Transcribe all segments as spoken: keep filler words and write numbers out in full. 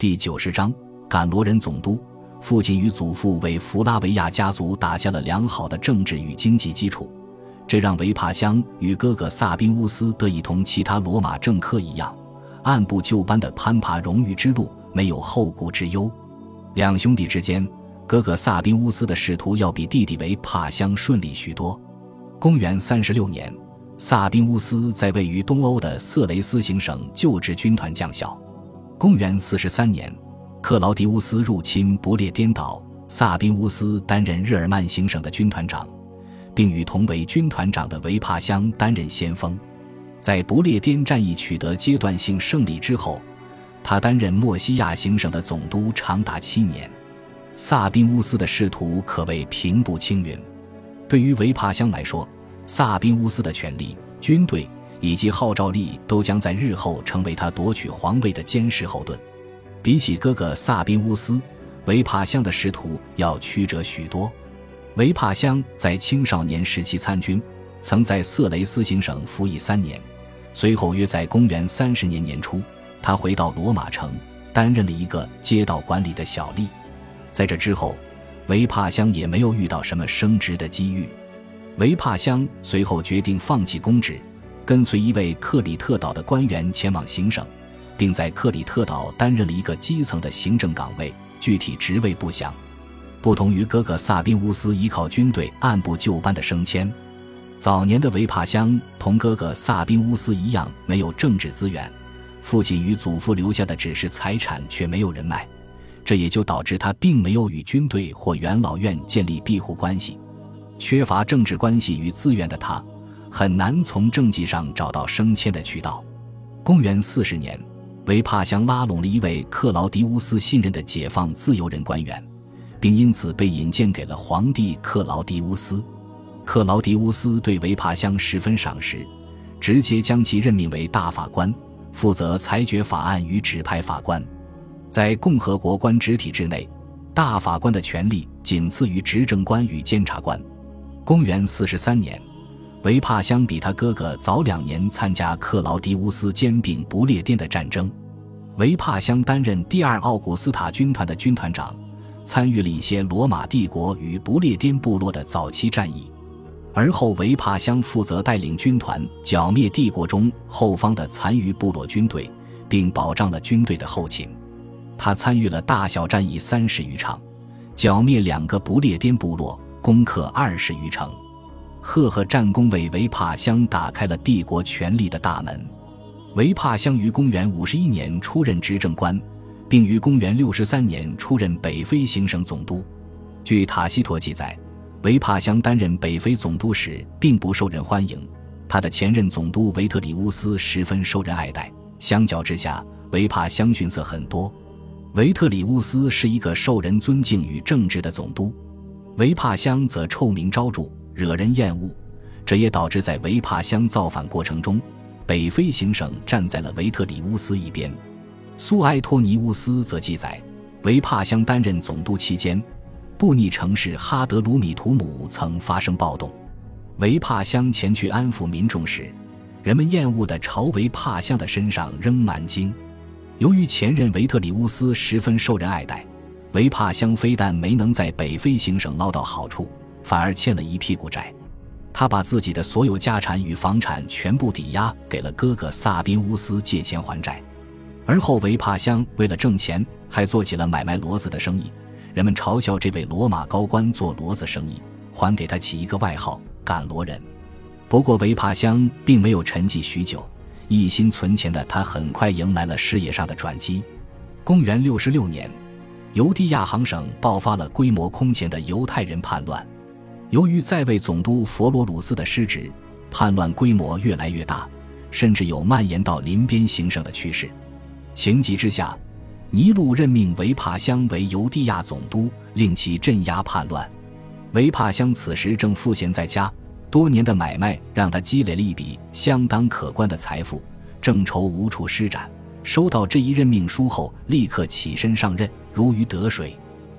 第九十章，赶罗人总督。父亲与祖父为弗拉维亚家族打下了良好的政治与经济基础，这让维帕乡与哥哥萨宾乌斯得以同其他罗马政客一样，按部就班地攀爬荣誉之路，没有后顾之忧。两兄弟之间，哥哥萨宾乌斯的仕途要比弟弟维帕乡顺利许多。公元三十六年，萨宾乌斯在位于东欧的色雷斯行省就职军团将校。公元四十三年，克劳迪乌斯入侵不列颠岛，萨宾乌斯担任日耳曼行省的军团长，并与同为军团长的维帕乡担任先锋。在不列颠战役取得阶段性胜利之后，他担任墨西亚行省的总督长达七年。萨宾乌斯的仕途可谓平步青云。对于维帕乡来说，萨宾乌斯的权力、军队以及号召力都将在日后成为他夺取皇位的坚实后盾。比起哥哥萨宾乌斯，维帕乡的仕途要曲折许多。维帕乡在青少年时期参军，曾在色雷斯行省服役三年，随后约在公元三十年年初，他回到罗马城，担任了一个街道管理的小吏。在这之后，维帕乡也没有遇到什么升职的机遇。维帕乡随后决定放弃公职，跟随一位克里特岛的官员前往行省，并在克里特岛担任了一个基层的行政岗位，具体职位不详。不同于哥哥萨宾乌斯依靠军队按部就班的升迁，早年的维帕乡同哥哥萨宾乌斯一样没有政治资源，父亲与祖父留下的只是财产，却没有人脉，这也就导致他并没有与军队或元老院建立庇护关系。缺乏政治关系与资源的他，很难从政绩上找到升迁的渠道。公元四十年，维帕乡拉拢了一位克劳迪乌斯信任的解放自由人官员，并因此被引荐给了皇帝克劳迪乌斯。克劳迪乌斯对维帕乡十分赏识，直接将其任命为大法官，负责裁决法案与指派法官。在共和国官职体制内，大法官的权力仅次于执政官与监察官。公元四十三年，维帕乡比他哥哥早两年参加克劳迪乌斯兼并不列颠的战争。维帕乡担任第二奥古斯塔军团的军团长，参与了一些罗马帝国与不列颠部落的早期战役。而后维帕乡负责带领军团剿灭帝国中后方的残余部落军队，并保障了军队的后勤。他参与了大小战役三十余场，剿灭两个不列颠部落，攻克二十余城。赫赫战功为维帕乡打开了帝国权力的大门。维帕乡于公元五十一年出任执政官，并于公元六十三年出任北非行省总督。据塔西佗记载，维帕乡担任北非总督时并不受人欢迎，他的前任总督维特里乌斯十分受人爱戴，相较之下，维帕乡逊色很多。维特里乌斯是一个受人尊敬与正直的总督，维帕乡则臭名昭著，惹人厌恶，这也导致在维帕乡造反过程中，北非行省站在了维特里乌斯一边。苏埃托尼乌斯则记载，维帕乡担任总督期间，布匿城市哈德鲁米图姆曾发生暴动。维帕乡前去安抚民众时，人们厌恶地朝维帕乡的身上扔蛮荆。由于前任维特里乌斯十分受人爱戴，维帕乡非但没能在北非行省捞到好处，反而欠了一屁股债。他把自己的所有家产与房产全部抵押给了哥哥萨宾乌斯借钱还债。而后维帕乡为了挣钱，还做起了买卖骡子的生意，人们嘲笑这位罗马高官做骡子生意，还给他起一个外号赶罗人。不过维帕乡并没有沉寂许久，一心存钱的他很快迎来了事业上的转机。公元六十六年，犹地亚行省爆发了规模空前的犹太人叛乱。由于在位总督佛罗鲁斯的失职，叛乱规模越来越大，甚至有蔓延到邻边行省的趋势。情急之下，尼禄任命维帕乡为犹地亚总督，令其镇压叛乱。维帕乡此时正赋闲在家，多年的买卖让他积累了一笔相当可观的财富，正愁无处施展，收到这一任命书后立刻起身上任，如鱼得水。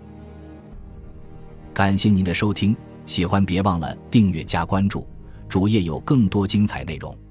感谢您的收听，喜欢别忘了订阅加关注，主页有更多精彩内容。